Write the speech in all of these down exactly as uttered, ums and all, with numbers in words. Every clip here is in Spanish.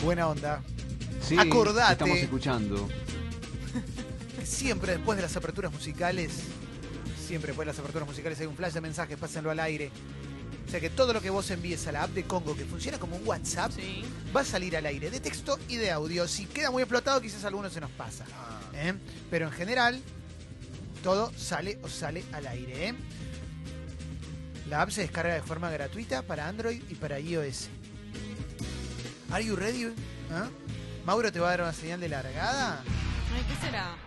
Buena onda. Sí, Acordate. estamos escuchando. Siempre después de las aperturas musicales, siempre después de las aperturas musicales hay un flash de mensajes, pásenlo al aire. O sea que todo lo que vos envíes a la app de Congo, que funciona como un WhatsApp, Sí. va a salir al aire, de texto y de audio. Si queda muy explotado, quizás a algunos se nos pasa. ¿eh? Pero en general, todo sale o sale al aire. ¿eh? La app se descarga de forma gratuita para Android y para iOS. ¿Are you ready? ¿Ah? ¿Mauro te va a dar una señal de largada? Ay, ¿qué será?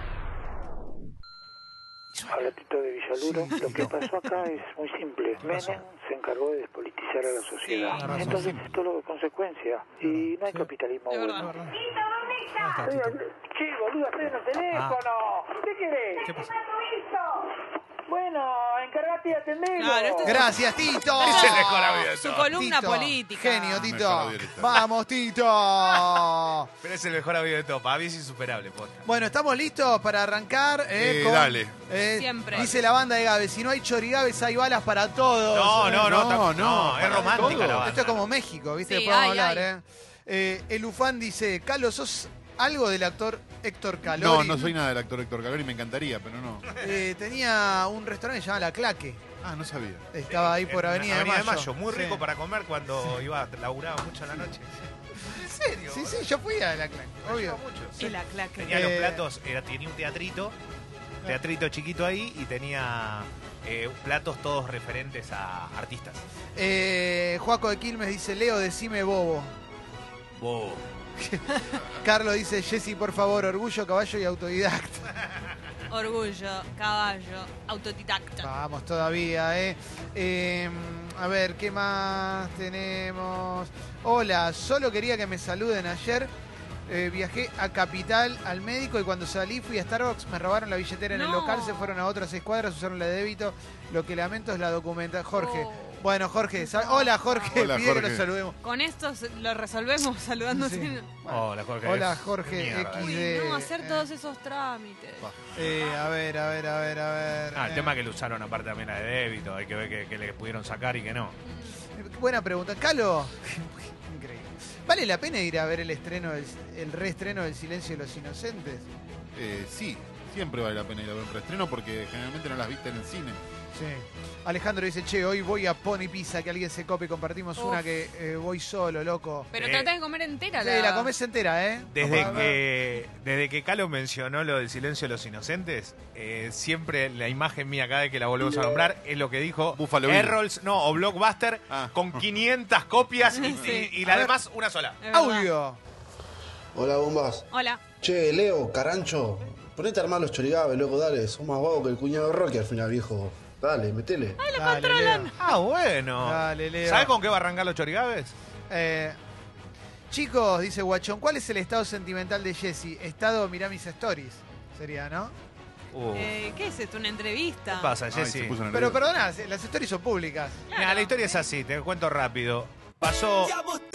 Habla Tito de Villaluro. Sí, Lo que Tito. pasó acá es muy simple. pasó? Menem se encargó de despolitizar a la sociedad. Sí, razón, Entonces sí. esto es lo de consecuencia. Y no hay Sí. capitalismo Es bueno. verdad. ¿Dónde está, Tito? Che, boludo, prende el teléfono. ¿Qué querés? ¿Qué pasa? Bueno, encargate de atenderlo. Claro, este es- Gracias, Tito. Es el mejor audio de Su todos. columna Tito. política. Genio, Mejor Tito. audio de la historia. Vamos, Tito. Pero es el mejor audio de todo. Para mí es insuperable, posta. Bueno, ¿estamos listos para arrancar? eh, Eh, con- dale. eh, Siempre. Dice la banda de Gabe, si no hay chorigabes hay balas para todos. No, Eh, no, no. No, tam- no, es para romántica todo. la banda. Esto es como México, ¿viste? Sí, Después vamos hay, a hablar, hay. ¿eh? Eh, El Ufán dice, Carlos, ¿sos algo del actor Héctor No, Calori? no soy nada del actor Héctor Calori, me encantaría, pero no. Eh, tenía un restaurante que se llama La Claque. Ah, no sabía. Estaba ahí por En Avenida, Avenida de Mayo. Muy rico Sí. para comer cuando iba, laburaba mucho en la noche. ¿En serio? Sí, sí, yo fui a La Claque, Me obvio. lleva mucho. Es la claque. Tenía los Eh, platos, era, tenía un teatrito, teatrito chiquito ahí y tenía eh, platos todos referentes a artistas. Eh, Joaco de Quilmes dice, Leo, decime bobo. Wow. Carlos dice, Jessy, por favor, orgullo, caballo y autodidacta. Orgullo, caballo, autodidacta. Vamos todavía, ¿eh? Eh, A ver, ¿qué más tenemos? Hola, solo quería que me saluden ayer. Eh, viajé a Capital al médico y cuando salí fui a Starbucks, me robaron la billetera en el No. local, se fueron a otras seis cuadras, usaron la de débito. Lo que lamento es la documentación. Jorge. Oh. Bueno, Jorge. ¿sabe? Hola, Jorge. Hola, Pide que Jorge. lo saludemos. Con esto se- lo resolvemos saludándose. Sí. Hola, Jorge. Hola, Jorge Mierda. X Uy, D. no, hacer Eh, todos esos trámites. eh, a ver, a ver, a ver, a ver. Ah, el eh. tema es que le usaron aparte también la de débito, hay que ver que, que le pudieron sacar y que no. Buena pregunta. Calo, increíble. ¿Vale la pena ir a ver el estreno, del- el reestreno del Silencio de los Inocentes? Eh, sí, siempre vale la pena ir a ver un reestreno porque generalmente no las viste en el cine. Sí. Alejandro dice, che, hoy voy a Pony Pizza, que alguien se cope. Compartimos Uf. una que eh, voy solo, loco. Pero Eh, trata de comer entera Sí, la... la comés entera, ¿eh? Desde Vamos a ver. que, desde que Calo mencionó lo del silencio de los inocentes, eh, siempre la imagen mía cada vez que la volvemos a nombrar es lo que dijo Buffalo Bill. Errols, no, o Blockbuster, Ah. con quinientas copias y, Sí. y, y A la ver. demás una sola. Es verdad. Audio. Hola, bombas. Hola. Che, Leo, Carancho, ponete a armar los chorigabes, loco, dale. Sos más vago que el cuñado de Rocky al final, viejo. Dale, metele. Dale, Leo. Ah, bueno. Dale, Leo. ¿Sabes con qué va a arrancar los chorigabes? Eh, chicos, dice Guachón, ¿cuál es el estado sentimental de Jessy? Estado, mirá mis stories. Sería, ¿no? Uh, Eh, ¿Qué es esto? ¿Una entrevista? ¿Qué pasa, Ay, Jessy? se puso Pero nervioso. perdona, las stories son públicas. Mira, la historia es así, te cuento rápido. Pasó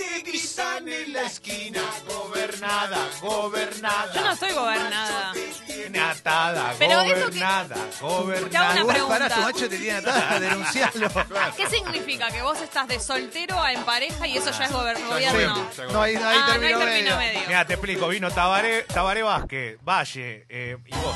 en la esquina, gobernada, gobernada. Yo no soy gobernada. Tiene atada, Pero eso que- gobernada, Te hago gobernada. una Igual pregunta. pará, tu macho te tiene atada a denunciarlo. ¿Qué significa? ¿Que vos estás de soltero a en pareja y eso ya es gober- Ya gobierno? gobierno, ya No, ahí, ahí Ah, no hay terminó término medio. medio. Mira, te explico, vino Tabaré, Tabaré Vázquez, Valle, eh, y vos.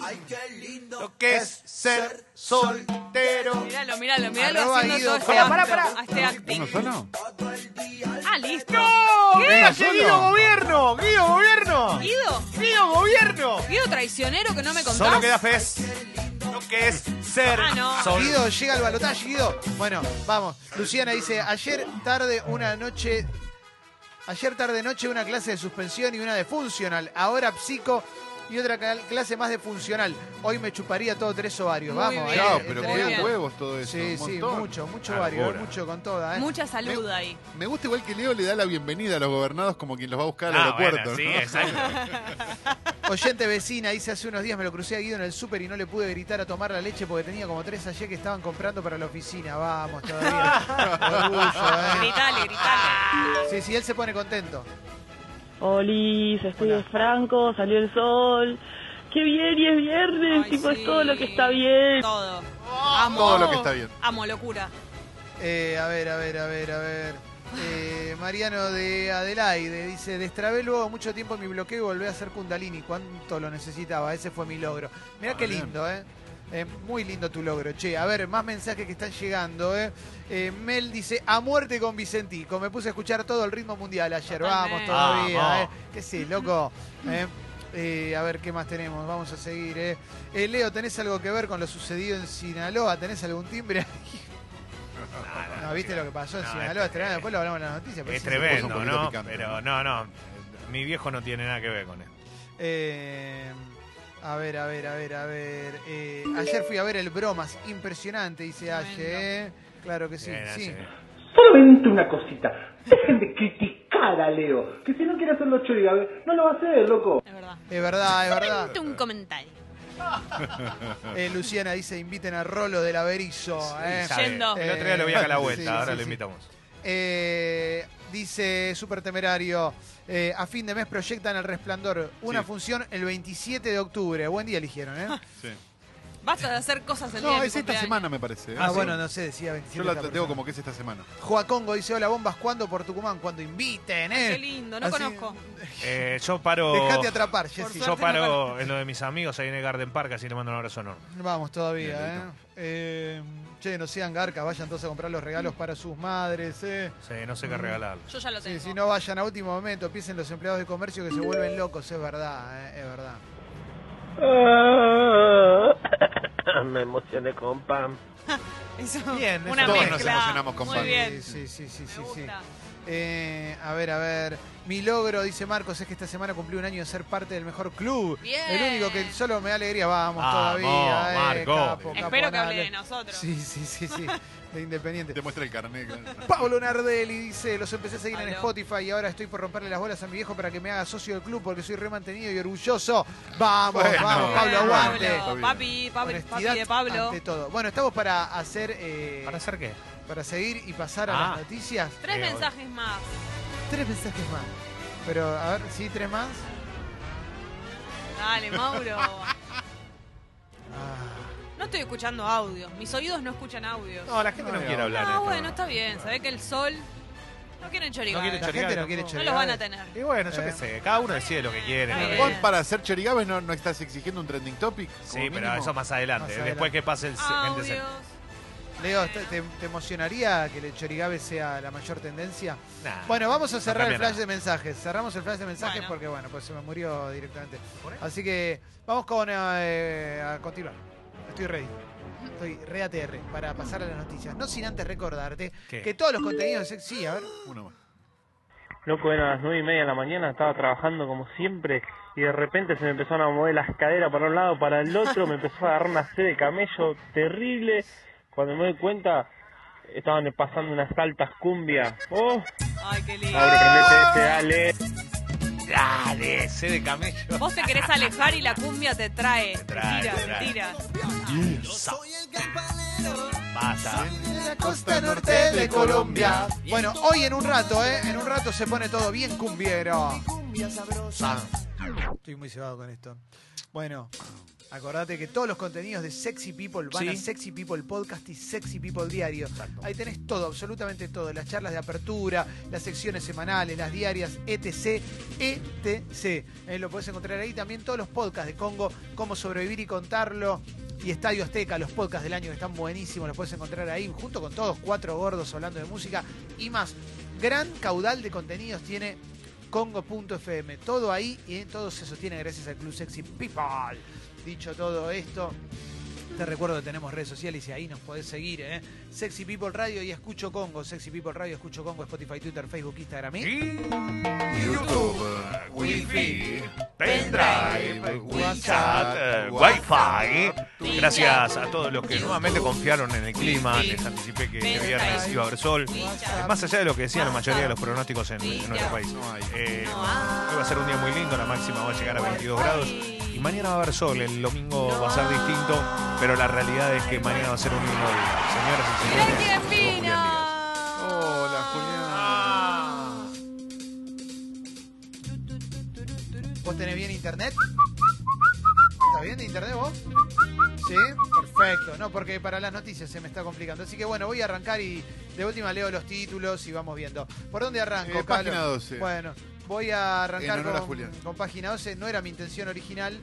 Lo que es ser soltero. Míralo, míralo, míralo Arroba haciendo Guido todo este Pará, acto, pará, a este acting. ¿Uno solo? Ah, listo. ¡No! ¿Qué? ¡Venga, solo? Guido Gobierno! ¡Guido Gobierno! ¿Guido? ¡Guido Gobierno! ¿Guido traicionero que no me contás? Solo queda Fez. Lo que es ser Ah, no. soltero. Guido llega al balotaje, Guido. Bueno, vamos. Luciana dice, ayer tarde una noche, ayer tarde noche una clase de suspensión y una de funcional. Ahora psico y otra cal- clase más de funcional. Hoy me chuparía todo tres ovarios. Muy Vamos, bien. ahí, Claro, pero Muy entre- qué bien. huevos todo eso. Sí, un sí, montón. mucho, mucho Una ovario, locura. mucho con toda, ¿eh? Mucha salud ahí. Me gusta igual que Leo le da la bienvenida a los gobernados como quien los va a buscar al Ah, aeropuerto. bueno, sí, ¿no? exacto. Oyente vecina, dice hace unos días me lo crucé a Guido en el súper y no le pude gritar a tomar la leche porque tenía como tres ayer que estaban comprando para la oficina. Vamos, todavía. Orgullo, ¿eh? Gritale, gritale. Sí, sí, él se pone contento. Olis, estoy Hola. de Franco, salió el sol. Qué bien, y es viernes, Ay, tipo, sí. es todo lo que está bien. Todo. Amo. Todo lo que está bien. Amo, locura. Eh, a ver, a ver, a ver, a ver. Eh, Eh, Mariano de Adelaide dice, destrabé luego mucho tiempo mi bloqueo y volví a hacer Kundalini. ¿Cuánto lo necesitaba? Ese fue mi logro. Mirá ah, qué bien. lindo, ¿eh? Eh, muy lindo tu logro, che. A ver, más mensajes que están llegando, ¿eh? eh Mel dice, a muerte con Vicentico. Me puse a escuchar todo el ritmo mundial ayer. Totalmente. Vamos todavía, ah, ¿eh? ¿Qué sé, loco? ¿Eh? Eh, a ver, ¿qué más tenemos? Vamos a seguir, ¿eh? eh Leo, ¿tenés algo que ver con lo sucedido en Sinaloa? ¿Tenés algún timbre? No, no, no, ¿viste lo que pasó en no, Sinaloa? Es tremendo. Después lo hablamos en las noticias. Es tremendo, ¿no? Pero no, no. Mi viejo no tiene nada que ver con eso. Eh... A ver, a ver, a ver, a ver. Eh, ayer fui a ver el Bromas, impresionante, dice Aye. ¿eh? Claro que sí, Bien, sí. Aye. Solamente una cosita. Dejen de criticar a Leo. Que si no quiere hacer los chorigabes, no lo va a hacer, loco. Es verdad. Es verdad, es verdad. Solamente un comentario. eh, Luciana dice, inviten a Rolo del Averizo. Eh. Sí, Yendo. El otro día lo vi acá a la vuelta, sí, ahora sí, lo sí. invitamos. Eh, dice Super Temerario, eh, a fin de mes proyectan El Resplandor, una sí. función el veintisiete de octubre. Buen día eligieron, ¿eh? Sí. Basta de hacer cosas el no, día de es esta cumpleaños. semana me parece. ¿eh? Ah, sí. bueno, no sé, decía veintisiete. Yo la tengo como que es esta semana. Joacongo dice, hola bombas, ¿cuándo por Tucumán? Cuando inviten, ¿eh? Qué lindo, no Así, conozco. Eh, yo paro... Dejate atrapar, Jessy. Yo paro no en lo de mis amigos ahí en el Garden Park, así le mando un abrazo enorme. Vamos todavía, ¿eh? eh Che, no sean garcas, vayan todos a comprar los regalos para sus madres, ¿eh? Sí, no sé qué regalar. Yo ya lo tengo. Sí, si no vayan a último momento, piensen los empleados de comercio que se vuelven locos, es verdad, ¿eh? Es verdad. Me emocioné con Pam. Eso, bien, una eso todos mezcla. nos emocionamos con Muy Pam. bien. Sí, sí, sí, sí, Me sí. gusta. Eh, a ver, a ver. Mi logro, dice Marcos, es que esta semana cumplí un año de ser parte del mejor club. Bien. El único que solo me da alegría. Vamos, Vamos, todavía. Eh, Marco. capo, capo, Espero que hable Anale. de nosotros. Sí, sí, sí, sí. De Independiente. Te muestra el carnet. Claro. Pablo Nardelli dice, los empecé a seguir Pablo. en Spotify y ahora estoy por romperle las bolas a mi viejo para que me haga socio del club porque soy re mantenido y orgulloso. Vamos, Bueno, vamos, Pablo, Bien, aguante. Pablo. Papi, papi, papi Honestidad de Pablo. ante todo. Bueno, estamos para hacer... Eh, ¿Para hacer qué? para seguir y pasar a Ah. las noticias. Tres Eh, mensajes más. Tres mensajes más. Pero, a ver, ¿sí? ¿Tres más? Dale, Mauro. Ah. No estoy escuchando audios. Mis oídos no escuchan audios. No, la gente no, No, quiere hablar. Ah, en este bueno, programa. está bien. Se ve que el sol no quieren chorigabe. No quieren La chorigabe, gente no no. quiere No chorigabe. los van a tener. Y bueno, yo Eh. qué sé, cada uno decide lo que quiere. Está ¿no? bien. Vos para hacer chorigabes no, no estás exigiendo un trending topic. Sí, como pero mínimo? eso más adelante. Más Después adelante. que pase el gente se- Audios. Leo, ¿te, te, te emocionaría que el chorigabe sea la mayor tendencia? Nah, Bueno, vamos a cerrar no el cambia flash de mensajes. Cerramos el flash de mensajes Bueno. porque, bueno, pues se me murió directamente. ¿Por ahí? Así que vamos con eh, a continuar. Estoy ready. Estoy re A T R para pasar a las noticias. No sin antes recordarte ¿Qué? que todos los contenidos de sí, a ver. Uno más. Loco, eran las nueve y media de la mañana, estaba trabajando como siempre y de repente se me empezaron a mover las caderas para un lado, para el otro, me empezó a agarrar una sed de camello terrible. Cuando me doy cuenta, estaban pasando unas altas cumbias. ¡Oh! Ay, qué lindo. Ahora prendete este, dale. Dale, sé de camello. Vos te querés alejar y la cumbia te trae. Te, trae, tira, te te trae. tira. Basta. La costa norte de Colombia. Bueno, hoy en un rato, ¿eh? En un rato se pone todo bien cumbiero. Ah, estoy muy cebado con esto. Bueno, acordate que todos los contenidos de Sexy People van Sí. a Sexy People Podcast y Sexy People Diario. Ahí tenés todo, absolutamente todo. Las charlas de apertura, las secciones semanales, las diarias, etc, etcétera. Eh, lo podés encontrar ahí también todos los podcasts de Congo, Cómo Sobrevivir y Contarlo. Y Estadio Azteca, los podcasts del año que están buenísimos, los puedes encontrar ahí, junto con todos, cuatro gordos hablando de música y más. Gran caudal de contenidos tiene Congo punto F M. Todo ahí y todo se sostiene gracias al Club Sexy People. Dicho todo esto, te recuerdo que tenemos redes sociales y ahí nos podés seguir, ¿eh? Sexy People Radio y Escucho Congo. Sexy People Radio, Escucho Congo, Spotify, Twitter, Facebook, Instagram y... YouTube, Wi-Fi, Pendrive, WhatsApp, eh, Wi-Fi. Gracias a todos los que nuevamente confiaron en el clima. Les anticipé que el viernes iba a haber sol. Eh, Más allá de lo que decían la mayoría de los pronósticos en, en nuestro país. Eh, hoy va a ser un día muy lindo, la máxima va a llegar a veintidós grados. Y mañana va a haber sol, el domingo va a ser distinto, pero la realidad es que mañana va a ser un lindo día. Señoras y ¡Mirá señores, quién llegó Julián vino! Díaz. Hola, Julián. ¿Vos tenés bien internet? ¿Estás bien de internet vos? ¿Sí? Perfecto. No, porque para las noticias se me está complicando. Así que bueno, voy a arrancar y de última leo los títulos y vamos viendo. ¿Por dónde arranco, Eh, Pablo? página doce. Bueno, voy a arrancar En honor a con, Julián. con página doce. No era mi intención original,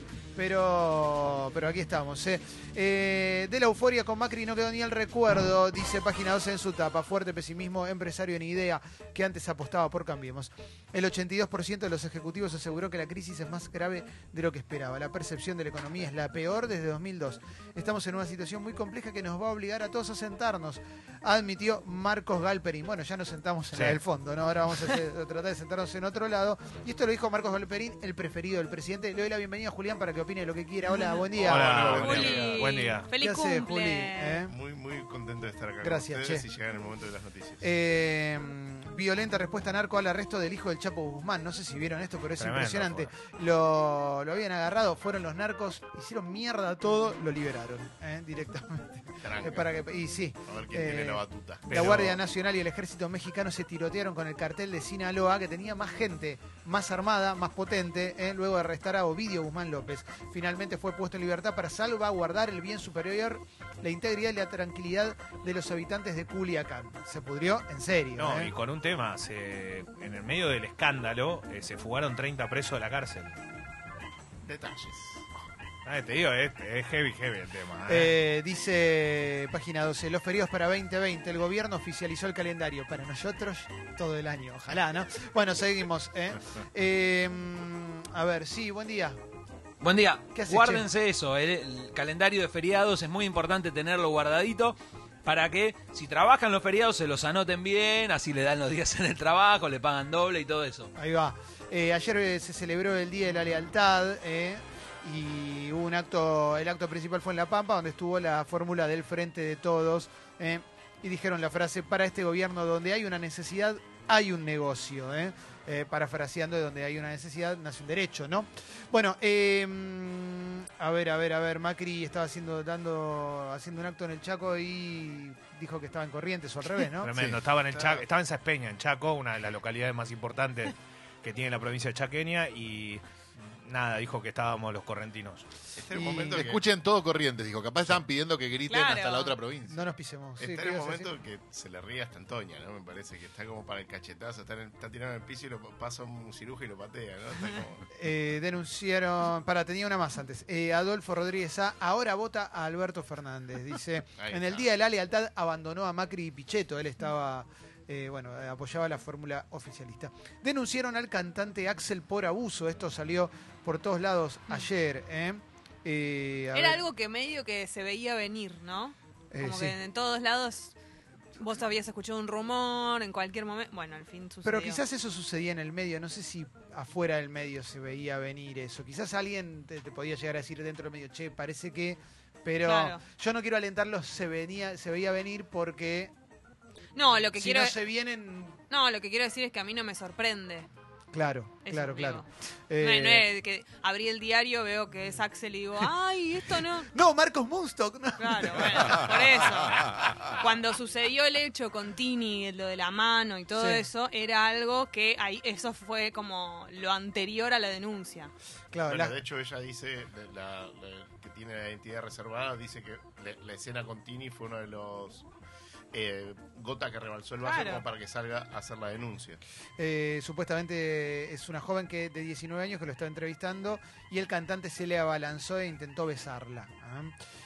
pero, pero aquí estamos. ¿eh? Eh, de la euforia con Macri no quedó ni el recuerdo, dice página doce en su tapa. Fuerte pesimismo empresario en idea que antes apostaba por Cambiemos. El ochenta y dos por ciento de los ejecutivos aseguró que la crisis es más grave de lo que esperaba. La percepción de la economía es la peor desde dos mil dos. Estamos en una situación muy compleja que nos va a obligar a todos a sentarnos, admitió Marcos Galperín. Bueno, ya nos sentamos en Sí. la del fondo, ¿no? Ahora vamos a, hacer- a tratar de sentarnos en otro lado. Y esto lo dijo Marcos Galperín, el preferido del presidente. Le doy la bienvenida a Julián para que opine lo que quiera. Hola, buen día. Hola, buen buen Juli, día. Buen día. feliz ¿Qué hace, cumple. Juli? ¿Eh? Muy, muy contento de estar acá Gracias, con ustedes che. y llegar el momento de las noticias. Eh, violenta respuesta narco al arresto del hijo del Chapo Guzmán. No sé si vieron esto, pero es Tremendo, impresionante. Lo, lo habían agarrado, fueron los narcos, hicieron mierda a todo, lo liberaron eh, directamente. Tranca. Eh, para que, y sí, A ver quién eh, tiene la batuta. la Pero- Guardia Nacional y el Ejército Mexicano se tirotearon con el cartel de Sinaloa, que tenía más gente, más armada, más potente, eh, luego de arrestar a Ovidio Guzmán López. Finalmente fue puesto en libertad para salvaguardar el bien superior, la integridad y la tranquilidad de los habitantes de Culiacán. Se pudrió en serio. No, eh. y con un tema, se, en el medio del escándalo, eh, se fugaron treinta presos de la cárcel. Detalles. Ah, te digo, es, es heavy, heavy el tema. ¿eh? Eh, dice página doce, los feriados para veinte veinte, el gobierno oficializó el calendario. Para nosotros, todo el año, ojalá, ¿no? Bueno, seguimos. ¿eh? Eh, a ver, sí, buen día. Buen día. ¿Qué haces, Guárdense eso. El, el calendario de feriados es muy importante tenerlo guardadito para que si trabajan los feriados se los anoten bien, así le dan los días en el trabajo, le pagan doble y todo eso. Ahí va. Eh, ayer eh, se celebró el Día de la Lealtad eh, y hubo un acto, el acto principal fue en La Pampa, donde estuvo la fórmula del Frente de Todos eh, y dijeron la frase, para este gobierno donde hay una necesidad, hay un negocio. Eh. Eh, parafraseando, de donde hay una necesidad, nace un derecho, ¿no? Bueno, eh, a ver, a ver, a ver, Macri estaba haciendo, dando, haciendo un acto en el Chaco y dijo que estaba en Corrientes o al revés, ¿no? Tremendo. Sí. Estaba, en el Chaco, estaba en Saspeña, en Chaco, una de las localidades más importantes que tiene la provincia chaqueña, y nada, dijo que estábamos los correntinos. Este es el Y- momento que, Escuchen todo Corrientes, dijo. Capaz estaban pidiendo que griten Claro. hasta la otra provincia. No nos pisemos. Sí, está ¿qué en el ibas a decir? momento que se le ríe hasta Antonia, ¿no? Me parece que está como para el cachetazo, está, en el- está tirado en el piso y lo pasa un ciruja y lo patea, ¿no? Está como... Eh, denunciaron, para, tenía una más antes. Eh, Adolfo Rodríguez A. ahora vota a Alberto Fernández. Dice, Ahí en el está. Día de la Lealtad abandonó a Macri y Pichetto. Él estaba, eh, bueno, eh, apoyaba la fórmula oficialista. Denunciaron al cantante Axel por abuso. Esto salió por todos lados ayer. ¿eh? Eh, a Era ver, algo que medio que se veía venir, ¿no? eh, Como sí. que en todos lados vos habías escuchado un rumor en cualquier momento. Bueno, al fin sucedió. Pero quizás eso sucedía en el medio, no sé si afuera del medio se veía venir eso. Quizás alguien te, te podía llegar a decir dentro del medio, che, parece que... Pero Claro. yo no quiero alentarlos, se, venía, se veía venir porque No, lo que si quiero no se vienen... No, lo que quiero decir es que a mí no me sorprende. Claro, Eso claro, digo. claro. No, Eh, es- no es que abrí el diario, veo que es Axel y digo, ay, esto no. no, Marcos Munstock. No. Claro, bueno, por eso. Cuando sucedió el hecho con Tini, lo de la mano y todo Sí. eso, era algo que ahí, eso fue como lo anterior a la denuncia. Claro, Bueno, la- de hecho ella dice, la, la- que tiene la identidad reservada, dice que la, la escena con Tini fue uno de los... Eh, gota que rebalsó el vaso Claro. como para que salga a hacer la denuncia. eh, supuestamente es una joven que de diecinueve años que lo estaba entrevistando y el cantante se le abalanzó e intentó besarla. ¿ah?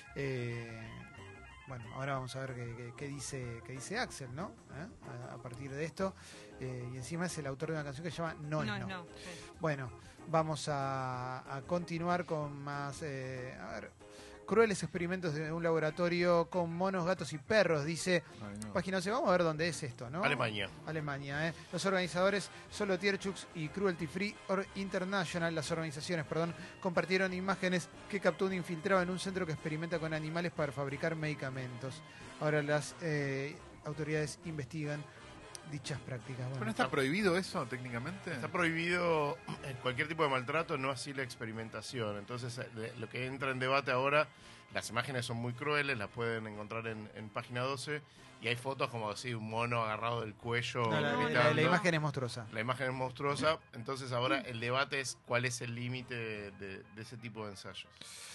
Eh, bueno, ahora vamos a ver qué, qué- qué dice, qué dice Axel, ¿no? ¿Eh? A, a partir de esto. Eh, y encima es el autor de una canción que se llama No es No, No. no. sí. Bueno, vamos a, a continuar con más... eh, a ver, crueles experimentos de un laboratorio con monos, gatos y perros, dice Ay, no. página once. Vamos a ver dónde es esto, ¿no? Alemania. Alemania, ¿eh? Los organizadores Solo Tierchux y Cruelty Free Or International, las organizaciones, perdón, compartieron imágenes que captó un infiltrado en un centro que experimenta con animales para fabricar medicamentos. Ahora las eh, autoridades investigan dichas prácticas. ¿Pero Bueno, no está prohibido eso técnicamente? Está prohibido eh, cualquier tipo de maltrato, no así la experimentación. Entonces, eh, de- lo que entra en debate ahora las imágenes son muy crueles, las pueden encontrar en, en página doce. Y hay fotos como así, un mono agarrado del cuello. No, la, gritando. la- la imagen es monstruosa. La imagen es monstruosa. Entonces ahora el debate es cuál es el límite de, de- de ese tipo de ensayos.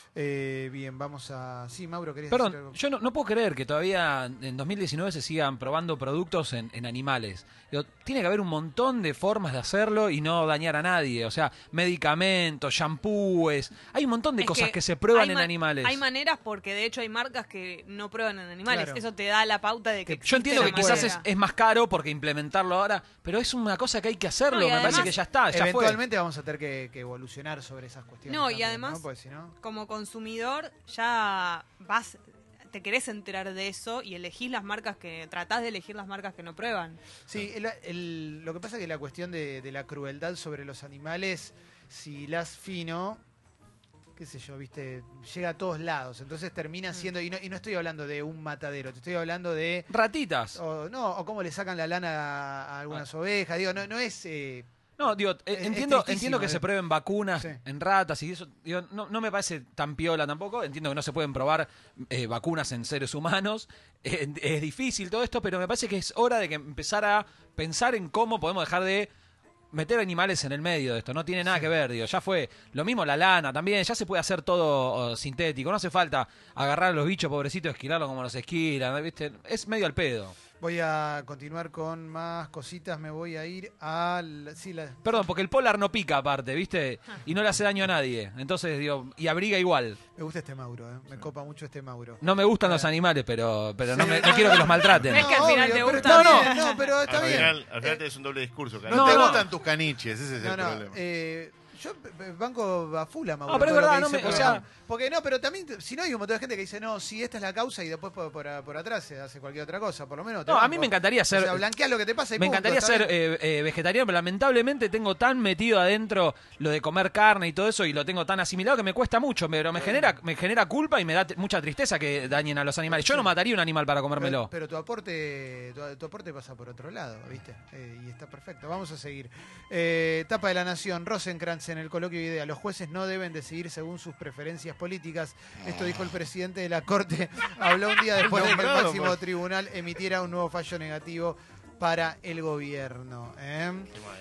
Eh, bien, vamos a... Sí, Mauro, querías Perdón, decir algo. yo no, no puedo creer que todavía en dos mil diecinueve se sigan probando productos en, en animales. Digo, tiene que haber un montón de formas de hacerlo y no dañar a nadie. O sea, medicamentos, shampoos. Hay un montón de Es cosas que que, se prueban hay en ma- animales. Hay maneras porque de hecho hay marcas que no prueban en animales. Claro. Eso te da la pauta de que Yo entiendo que existe quizás la es, manera. es más caro porque implementarlo ahora, pero es una cosa que hay que hacerlo. No, y Me parece además- que ya está, ya fue. Eventualmente vamos a tener que, que evolucionar sobre esas cuestiones. No, y también, además- ¿no? Porque si no... Como consumidor ya vas, te querés enterar de eso y elegís las marcas que, tratás de elegir las marcas que no prueban. Sí, el- el- lo que pasa es que la cuestión de, de la crueldad sobre los animales, si las fino, qué sé yo, viste, llega a todos lados. Entonces termina siendo, y no, y no estoy hablando de un matadero, te estoy hablando de... Ratitas. O, no, o cómo le sacan la lana a, a algunas ovejas. Digo, no, no es... eh, No, digo, eh, Es- es entiendo, tristísimo, entiendo que eh. se prueben vacunas Sí. en ratas y eso. Digo, no, no me parece tan piola tampoco. Entiendo que no se pueden probar eh, vacunas en seres humanos. Eh, es difícil todo esto, pero me parece que es hora de que empezar a pensar en cómo podemos dejar de meter animales en el medio de esto. No tiene nada que ver, digo. Ya fue. Lo mismo la lana también. Ya se puede hacer todo oh, sintético. No hace falta agarrar a los bichos pobrecitos, esquilarlos como los esquilan. ¿Viste? Es medio al pedo. Voy a continuar con más cositas, me voy a ir al... Sí, la, Perdón, porque el polar no pica aparte, ¿viste? Y no le hace daño a nadie. Entonces, digo, y abriga igual. me gusta este Mauro, eh, me copa mucho este Mauro. No me gustan los animales, pero, pero no, me, no quiero que los maltraten. Es que al final te pero gusta. está No, bien, no, pero está al bien. final, al final es un doble discurso. No, Karen. No, te no. gustan tus caniches, ese es No, el no, problema. eh, yo b- banco a full a Mauro. No, pero es todo lo verdad, que no dice, me- o porque- sea- Porque no, pero también, si no hay un montón de gente que dice, no, si esta es la causa y después por, por, por atrás se hace cualquier otra cosa, por lo menos. te No, a banco. mí me encantaría ser... O sea, blanqueás lo que te pasa y Me punto, encantaría ¿está ser bien? eh, eh, vegetariano, pero lamentablemente tengo tan metido adentro lo de comer carne y todo eso y lo tengo tan asimilado que me cuesta mucho, pero me genera me genera culpa y me da t- mucha tristeza que dañen a los animales. Yo no mataría un animal para comérmelo. Pero, pero tu aporte tu, tu aporte pasa por otro lado, ¿viste? Eh, y está perfecto. Vamos a seguir. Eh, tapa de la Nación, Rosenkrantz en el coloquio de idea. Los jueces no deben decidir según sus preferencias políticas. Esto dijo el presidente de la Corte. Habló un día después de que el Nombrado máximo por- tribunal emitiera un nuevo fallo negativo para el gobierno. ¿eh?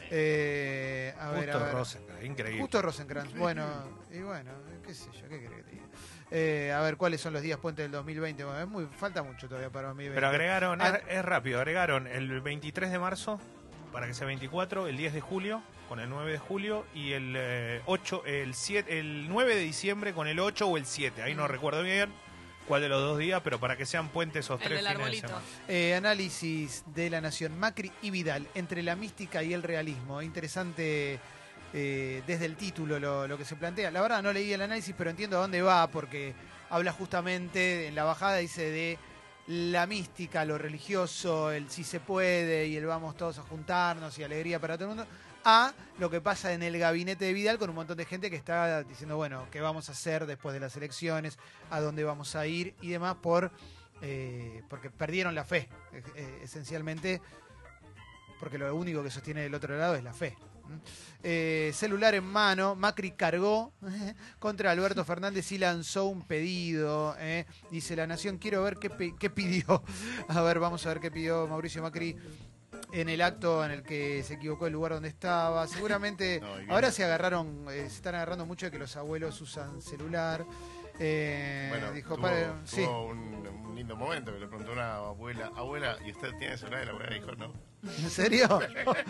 Eh, a ver, a Justo ver. Rosenkrantz, increíble. Justo Rosenkrantz. Bueno, y bueno, qué sé yo, qué querés que te diga. Eh, a ver, ¿cuáles son los días puentes del dos mil veinte? Bueno, es muy, falta mucho todavía para dos mil veinte. Pero agregaron, Ah, es, es rápido, agregaron el veintitrés de marzo para que sea veinticuatro, el diez de julio con el nueve de julio y el eh, ocho, el siete, el nueve de diciembre con el ocho o el siete. Ahí no recuerdo bien cuál de los dos días, pero para que sean puentes esos El tres del fines de arbolito. semana. Eh, análisis de la Nación, Macri y Vidal, entre la mística y el realismo. Interesante eh, desde el título lo, lo que se plantea. La verdad no leí el análisis, pero entiendo a dónde va, porque habla justamente, en la bajada dice de la mística, lo religioso, el si se puede y el vamos todos a juntarnos y alegría para todo el mundo, a lo que pasa en el gabinete de Vidal con un montón de gente que está diciendo, bueno, ¿qué vamos a hacer después de las elecciones? ¿A dónde vamos a ir? Y demás por... Eh, porque perdieron la fe, eh, eh, esencialmente, porque lo único que sostiene del otro lado es la fe. ¿Mm? Eh, celular en mano, Macri cargó eh, contra Alberto Fernández y lanzó un pedido. Eh. Dice La Nación, quiero ver qué, pe- qué pidió. A ver, vamos a ver qué pidió Mauricio Macri en el acto en el que se equivocó el lugar donde estaba. Seguramente No, y bien. ahora se agarraron, eh, se están agarrando mucho de que los abuelos usan celular. Eh, Bueno, dijo, tuvo, "Pare- tuvo sí. un, un lindo momento que le preguntó una abuela, abuela, ¿y usted tiene celular? Y la abuela dijo, no. ¿En serio?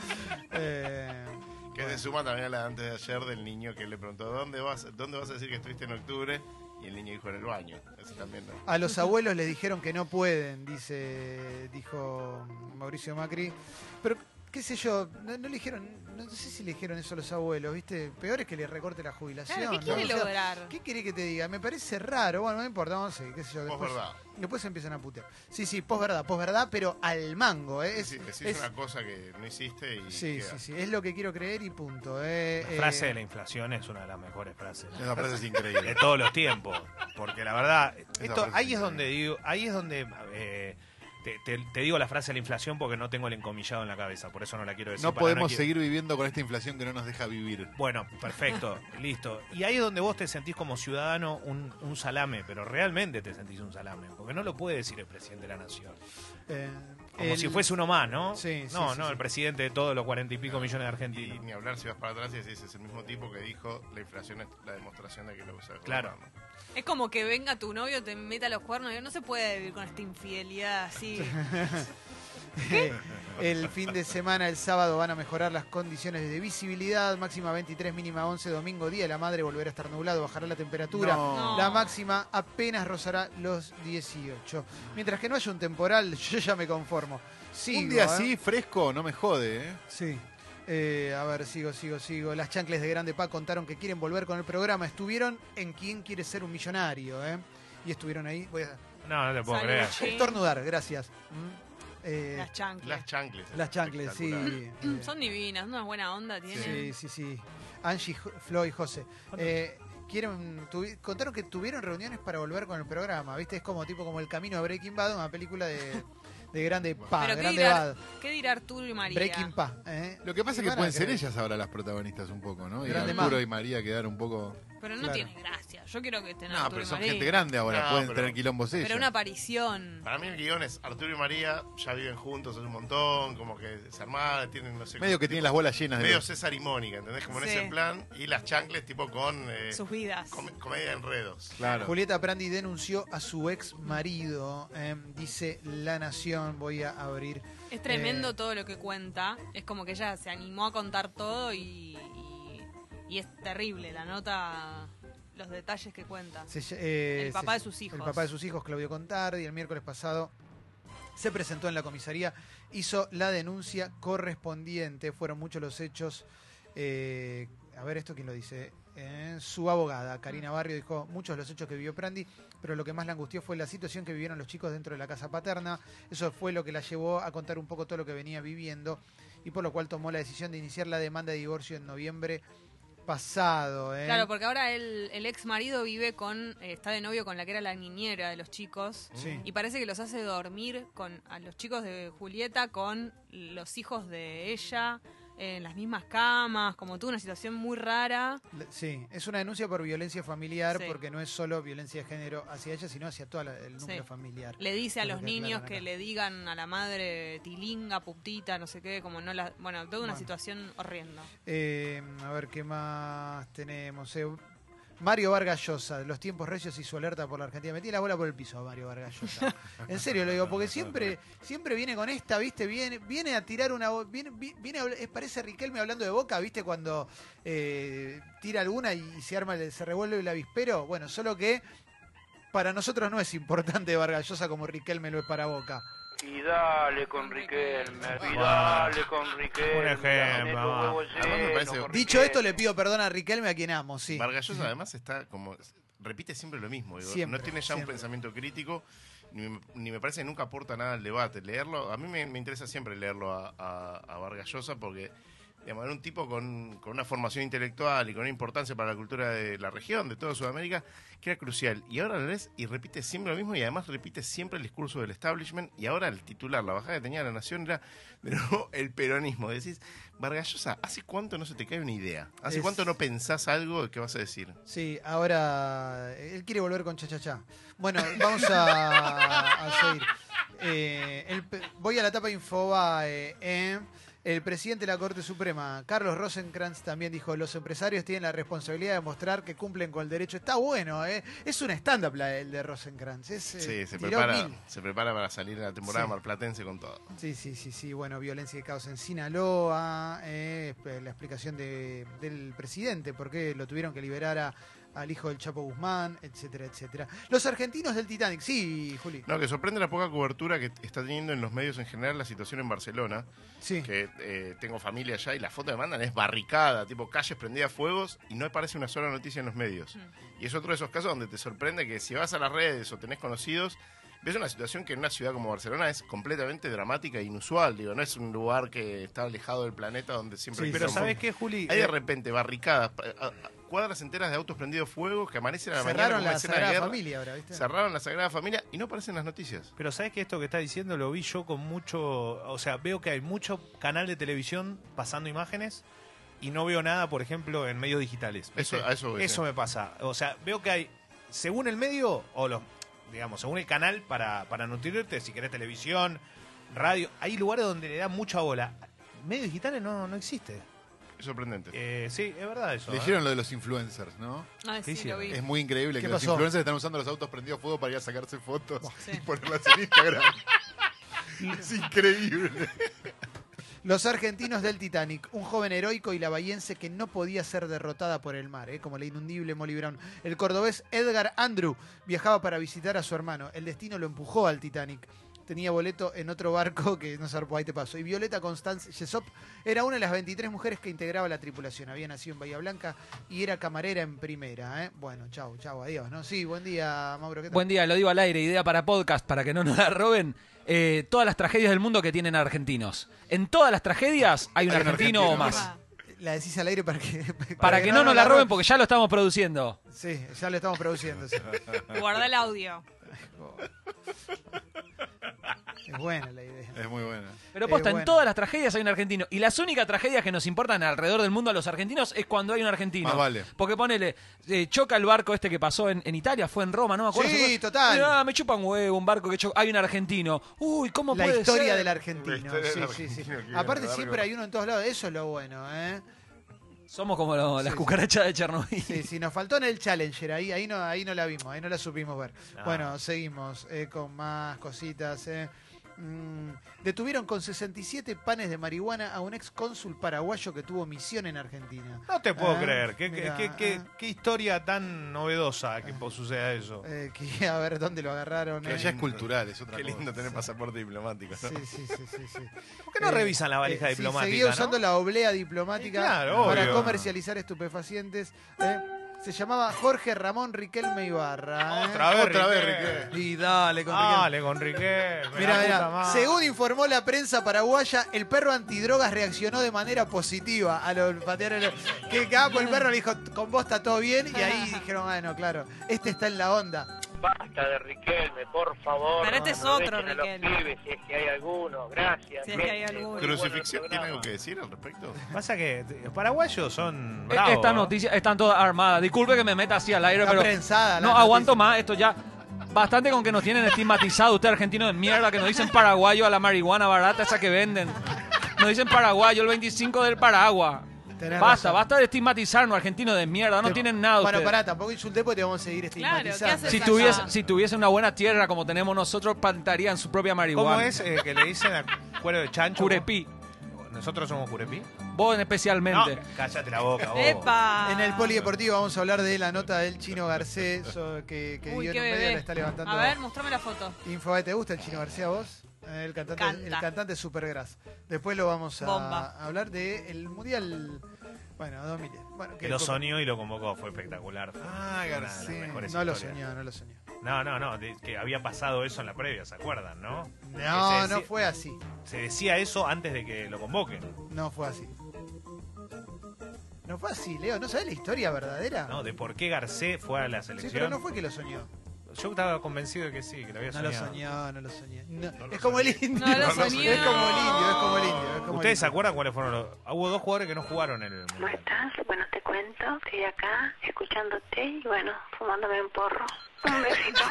eh, Que se suma también a la de antes de ayer del niño que le preguntó, ¿dónde vas, ¿dónde vas a decir que estuviste en octubre? Y el niño dijo, en el baño. Eso también no. A los abuelos les dijeron que no pueden, dice, dijo Mauricio Macri. Pero, qué sé yo, no, no le dijeron, no sé si le dijeron eso a los abuelos, ¿viste? Peor es que le recorte la jubilación. Claro, ¿qué ¿no? quiere O sea, lograr? ¿qué quiere que te diga? Me parece raro, bueno, no importa, vamos a seguir, qué sé yo. Después, Posverdad. después se empiezan a putear. Sí, sí, posverdad, posverdad, pero al mango, ¿eh? Es, Sí, decís es- una cosa que no hiciste y sí, queda. sí, sí, es lo que quiero creer y punto. ¿eh? La Eh, frase de la inflación es una de las mejores frases Esa frase es de increíble. todos los tiempos, porque la verdad, esto frase es ahí es increíble. donde digo, ahí es donde eh, te, te, te digo la frase de la inflación porque no tengo el encomillado en la cabeza, por eso no la quiero decir. No para podemos quiero- seguir viviendo con esta inflación que no nos deja vivir. Bueno, perfecto, listo. Y ahí es donde vos te sentís como ciudadano un, un salame, pero realmente te sentís un salame, porque no lo puede decir el presidente de la nación. Eh, Como el- si fuese uno más, ¿no? Sí, sí, no, sí, no, sí. el presidente de todos los cuarenta y pico millones de Y argentinos. ni hablar si vas para atrás y decís, es el mismo tipo que dijo la inflación es la demostración de que lo usa. Claro. Es como que venga tu novio, te meta los cuernos. y No se puede vivir con esta infidelidad así. El fin de semana, el sábado, van a mejorar las condiciones de visibilidad. Máxima veintitrés, mínima once. Domingo, Día de la Madre, volverá a estar nublado, bajará la temperatura. No. La máxima apenas rozará los dieciocho. Mientras que no haya un temporal, yo ya me conformo. Sigo, Un día ¿eh? así, fresco, no me jode, ¿eh? Sí. Eh, a ver, sigo, sigo, sigo. Las chancles de Grande Pa contaron que quieren volver con el programa. Estuvieron en ¿Quién quiere ser un millonario? ¿eh? Y estuvieron ahí. Voy a No, no te puedo Salud, creer. che. estornudar, gracias. Mm. Eh, Las chanclas. Las chancles. las chancles, sí. Espectacular. Eh, Son divinas, una buena onda tienen. Sí, sí, sí. Angie, Jo- Flo y José. Eh, quieren, tuvi- contaron que tuvieron reuniones para volver con el programa, ¿viste? Es como tipo como El Camino a Breaking Bad, una película de, de Grande Pa, Pero ¿qué Grande dirá, Bad. ¿qué dirá Arturo y María? Breaking Pa. ¿eh? Lo que pasa Y es que van a pueden ser querer. ellas ahora las protagonistas un poco, ¿no? Y Grande Arturo Ma. y María quedar un poco... Pero no Claro. tiene gracia. Yo quiero que estén No, Arturo pero y son María. gente grande ahora, No, pueden pero- tener quilombos ellas. Pero una aparición. Para mí el guión es Arturo y María ya viven juntos hace un montón, como que se armaron, tienen no sé Medio que tipo- tienen las bolas llenas de... medio los- César y Mónica, ¿entendés? Como en Sí. ese plan. Y las chancles tipo con eh, Sus vidas. com- comedia de enredos. Claro. Julieta Prandi denunció a su ex marido, eh, dice La Nación. Voy a abrir. Es tremendo eh, todo lo que cuenta. Es como que ella se animó a contar todo y, y, y es terrible la nota, los detalles que cuenta. Se- eh, El papá se- de sus hijos. El papá de sus hijos, Claudio Contardi, el miércoles pasado se presentó en la comisaría, hizo la denuncia correspondiente. Fueron muchos los hechos. eh, a ver, esto quién lo dice. Eh, su abogada, Karina Barrio, dijo muchos de los hechos que vivió Prandi, pero lo que más la angustió fue la situación que vivieron los chicos dentro de la casa paterna. Eso fue lo que la llevó a contar un poco todo lo que venía viviendo y por lo cual tomó la decisión de iniciar la demanda de divorcio en noviembre pasado. ¿eh? Claro, porque ahora el, el ex marido vive con, eh, está de novio con la que era la niñera de los chicos. Sí. Y parece que los hace dormir con a los chicos de Julieta con los hijos de ella en las mismas camas, como tuvo una situación muy rara. Le- Sí, es una denuncia por violencia familiar Sí. porque no es solo violencia de género hacia ella, sino hacia todo la- el núcleo Sí. familiar. Le dice a Es lo los que niños aclaran que acá. le digan a la madre tilinga, putita, no sé qué, como no la... Bueno, toda una Bueno. situación horrenda. Eh, a ver qué más tenemos. eh. Mario Vargas Llosa, los tiempos recios y su alerta por la Argentina. Metí la bola por el piso, Mario Vargas Llosa. En serio lo digo, porque siempre, siempre viene con esta, ¿viste? Viene, viene a tirar una. vo- Viene, vi- viene a habl- es- parece Riquelme hablando de Boca, ¿viste? Cuando eh, tira alguna y se arma, el- se revuelve el avispero. Bueno, solo que para nosotros no es importante Vargas Llosa como Riquelme lo es para Boca. Y dale con Riquelme, y dale con Riquelme. Un ejemplo, dale los huevos Además me llenos parece- con Dicho Riquelme. esto, le pido perdón a Riquelme, a quien amo, sí. Vargas Llosa además está como repite siempre lo mismo, digo, Siempre, no tiene ya siempre. un pensamiento crítico ni, me- ni me parece que nunca aporta nada al debate. Leerlo, a mí me, me interesa siempre leerlo a, a, a Vargas Llosa porque digamos, era un tipo con, con una formación intelectual y con una importancia para la cultura de la región, de toda Sudamérica, que era crucial. Y ahora lo lees y repite siempre lo mismo y además repite siempre el discurso del establishment. Y ahora el titular, la bajada que tenía la Nación era de nuevo el peronismo. Decís, Vargas Llosa, ¿hace cuánto no se te cae una idea? ¿Hace Es- cuánto no pensás algo que vas a decir? Sí, ahora él quiere volver con Cha Cha Cha. Bueno, vamos a, a seguir. Eh, el pe- voy a la etapa Infobae. Eh. El presidente de la Corte Suprema, Carlos Rosenkrantz, también dijo: los empresarios tienen la responsabilidad de mostrar que cumplen con el derecho. Está bueno, ¿eh? Es un stand-up la- el de Rosenkrantz. Es, eh, Sí, se tiró prepara, mil. se prepara para salir en la temporada Sí. marplatense con todo. Sí, sí, sí, sí. Bueno, violencia que causa en Sinaloa, eh, la explicación de, del presidente, por qué lo tuvieron que liberar a, al hijo del Chapo Guzmán, etcétera, etcétera. Los argentinos del Titanic, sí, Juli. No, que sorprende la poca cobertura que está teniendo en los medios en general la situación en Barcelona. Sí. Que eh, tengo familia allá y la foto que mandan es barricada, tipo calles prendidas a fuegos y no aparece una sola noticia en los medios. Y es otro de esos casos donde te sorprende que si vas a las redes o tenés conocidos, ves una situación que en una ciudad como Barcelona es completamente dramática e inusual. Digo, no es un lugar que está alejado del planeta donde siempre Sí, hay pero quilombo. ¿sabés qué, Juli? Hay de Eh, repente barricadas. A- a- cuadras enteras de autos prendidos fuego que amanecen a la Cerraron mañana como la una escena de Sagrada guerra. Familia ahora, ¿viste? Cerraron la Sagrada Familia y no aparecen las noticias. Pero ¿sabes que esto que está diciendo lo vi yo con mucho... O sea, veo que hay mucho canal de televisión pasando imágenes y no veo nada, por ejemplo, en medios digitales. Eso- ¿viste? a eso voy, Eso sí. me pasa. O sea, veo que hay, según el medio, o los, digamos, según el canal para, para nutrirte, si querés televisión, radio, hay lugares donde le da mucha bola. Medios digitales no, no existe. Es sorprendente. Eh, sí, es verdad eso. Le ¿eh? hicieron lo de los influencers, ¿no? Ay, sí, lo vi. Es muy increíble ¿Qué que los pasó? influencers están usando los autos prendidos a fuego para ir a sacarse fotos Sí. y ponerlas en Instagram. Es increíble. Los argentinos del Titanic, un joven heroico y la bahiense que no podía ser derrotada por el mar, ¿eh? Como la inundible Molly Brown. El cordobés Edgar Andrew viajaba para visitar a su hermano. El destino lo empujó al Titanic. Tenía boleto en otro barco que no zarpó, ahí te paso. Y Violeta Constance Jessop era una de las veintitrés mujeres que integraba la tripulación. Había nacido en Bahía Blanca y era camarera en primera. ¿eh? Bueno, chau, chau, adiós. ¿no? Sí, buen día, Mauro. ¿qué tal? Buen día, lo digo al aire, idea para podcast, para que no nos la roben. Eh, todas las tragedias del mundo que tienen argentinos. En todas las tragedias hay un Hay un argentino argentino, o más. La decís al aire para que... Para que no nos la roben porque ya lo estamos produciendo. Sí, ya lo estamos produciendo. Sí. Guarda el audio. Es buena la idea. Es muy buena. Pero posta, Eh, en bueno. todas las tragedias hay un argentino. Y las únicas tragedias que nos importan alrededor del mundo a los argentinos es cuando hay un argentino. Más vale. Porque ponele, eh, choca el barco este que pasó en, en Italia, fue en Roma, no me acuerdo. Sí, ¿se acuerdan? total. Ah, me chupa un huevo, un barco que choca. Hay un argentino. Uy, ¿cómo La puede historia ser? del argentino. La historia del Sí, sí, argentino, sí. que viene Aparte largo. siempre hay uno en todos lados. Eso es lo bueno, ¿eh? Somos como lo- las Sí, cucarachas de Chernobyl. Sí, sí, nos faltó en el Challenger. Ahí, ahí, no, ahí no la vimos, ahí no la supimos ver. Ah. Bueno, seguimos eh, con más cositas. Eh. Mm, detuvieron con sesenta y siete panes de marihuana a un ex cónsul paraguayo que tuvo misión en Argentina. No te puedo Ah, creer. ¿Qué, mirá, qué, qué, ah. qué historia tan novedosa que po- suceda eso. Eh, que, a ver dónde lo agarraron. Que eh. allá es cultural, es otra Qué cosa. lindo tener pasaporte diplomático, ¿no? Sí, sí, sí, sí, sí. ¿Por qué no Eh, revisan la valija eh, sí, diplomática? seguía usando ¿no? la oblea diplomática Sí, claro, para obvio. comercializar estupefacientes. eh. Se llamaba Jorge Ramón Riquelme Ibarra. ¿eh? Otra vez, Otra vez, Riquelme. Y dale con Riquelme. Dale, con Riquelme. Mira, la mira, puta madre. según informó la prensa paraguaya, el perro antidrogas reaccionó de manera positiva al olfatear el... Que capo, el perro le dijo, con vos está todo bien, y ahí dijeron, bueno, claro, este está en la onda. Basta de Riquelme, por favor. Pero este es Aprovechen otro a los Riquelme. pibes, si es que hay alguno. Gracias. Si es que hay gente. alguno. Muy ¿Crucifixión bueno tiene el algo que programa. decir al respecto? Pasa que eh, los paraguayos son Eh, bravos. Estas ¿no? noticias están todas armadas. Disculpe que me meta así al aire, Está pero prensada la no aguanto noticia. más. Esto ya bastante con que nos tienen estigmatizado. Usted argentino de mierda, que nos dicen paraguayo a la marihuana barata esa que venden. Nos dicen paraguayo el veinticinco del Paraguay. Tenés Basta, razón. basta de estigmatizarnos, argentinos de mierda. No Te- tienen nada Bueno, ustedes. pará, tampoco insulté porque te vamos a seguir Claro, ¿qué estigmatizando. haces Si acá? tuviese, si tuviese una buena tierra como tenemos nosotros, plantarían su propia marihuana. ¿Cómo es eh, que le dicen a cuero de chancho? Curepí. ¿Nosotros somos curepí? Vos No, especialmente. cállate la boca, vos. ¡Epa! En el polideportivo vamos a hablar de la nota del Chino Garcés so- que, que Uy, dio en qué un medio, bebé. la está levantando. A ver, mostrame la foto. Infobae, ¿te gusta el Chino García a vos? Eh, El cantante, Canta. el cantante Supergrass. Después lo vamos a, Bomba. a hablar del Mundial, bueno, dos mil diez. Bueno, Que lo soñó y lo convocó, fue espectacular. Fue Ah, una de las García. mejores No lo historias. soñó, no lo soñó. No, no, no, de- que había pasado eso en la previa, ¿se acuerdan, no? No, Que se no decía- fue así. Se decía eso antes de que lo convoquen. No fue así. No fue así, Leo. ¿No sabes la historia verdadera? ¿No? De por qué Garcé fue a la Sí, selección. pero no fue que lo soñó. Yo estaba convencido de que sí, que lo había No lo soñado. soñó, no lo soñó. No, No lo es como el soñé. indio. No lo es como el soñó. indio, es como el indio. Es como ¿Ustedes se el indio. acuerdan cuáles fueron los...? Hubo dos jugadores que no jugaron en el ¿Cómo Mundial. estás? Bueno, te cuento. Estoy acá escuchándote y bueno, fumándome un porro. Un besito.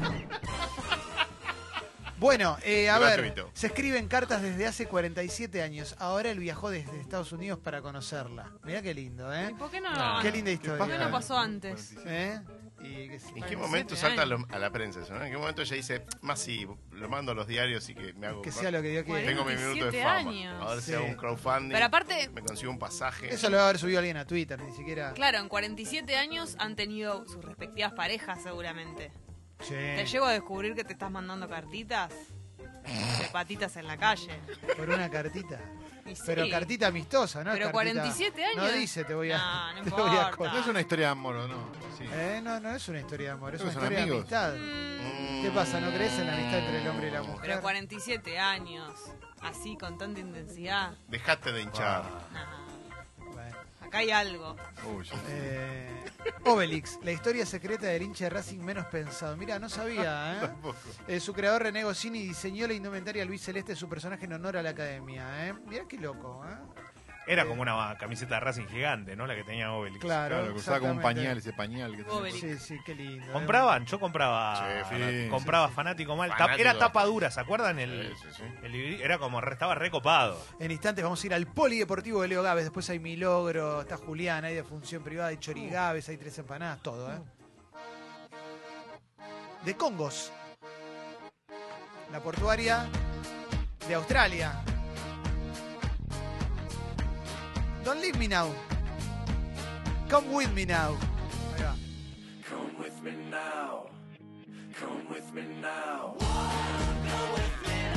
Bueno, eh, a ver, Gratuito. se escriben cartas desde hace cuarenta y siete años. Ahora él viajó desde Estados Unidos para conocerla. Mirá qué lindo, ¿Y ¿eh? por qué no? Ah. Qué linda historia. ¿Por qué no pasó antes? ¿Eh? Y que sí. ¿En qué cuarenta y momento siete salta a, años. lo- a la prensa eso? ¿no? ¿En qué momento ella dice, más sí, lo mando a los diarios y que me hago... Que sea lo que Dios quiera. Tengo mi minuto de cuarenta y siete fama. años. A ver si Sí. hago un crowdfunding. Pero aparte- Me consigo un pasaje. Eso lo va a haber subido alguien a Twitter, ni siquiera. Claro, en cuarenta y siete años han tenido sus respectivas parejas seguramente. Sí. ¿Te llego a descubrir que te estás mandando cartitas? De patitas en la calle. Por una cartita. Y sí. Pero cartita amistosa, ¿no? Pero Cartita- cuarenta y siete años. No dice, te voy a. No, no te voy a importa. contar. No es una historia de amor, ¿o no? Sí. Eh, no, no es una historia de amor, es Creo una que son historia amigos. de amistad. Mm, ¿Qué pasa? ¿No crees en la amistad entre el hombre y la mujer? Pero cuarenta y siete años. Así, con tanta intensidad. Dejate de hinchar. No. Bueno. Acá acá hay algo. Uy, yo- Eh, Obelix, la historia secreta del hincha de Racing menos pensado. Mira, no sabía, ¿eh? Tampoco. Eh, su creador René Goscinny diseñó la indumentaria Luis Celeste de su personaje en honor a la academia, ¿eh? Mirá qué loco, ¿eh? Era como una camiseta de Racing gigante, ¿no? La que tenía Obelix. Claro, Claro, que usaba como un exactamente. pañal, ese pañal que tenía. Obelix. Sí, sí, qué lindo. ¿eh? ¿Compraban? Yo compraba. Sí, fanático. compraba fanático mal. Fanático. Era tapa dura, ¿se acuerdan? El, Sí, sí, sí. el libri- era como re- estaba recopado. En instantes vamos a ir al Polideportivo de Leo Gávez. Después hay Mi Logro, está Julián, hay de función privada, hay Chorigaves, hay tres empanadas, todo, ¿eh? De Congos. La portuaria de Australia. Don't leave me now. Come with me now. Ahí va. Come with me now. Come with me now. Come with me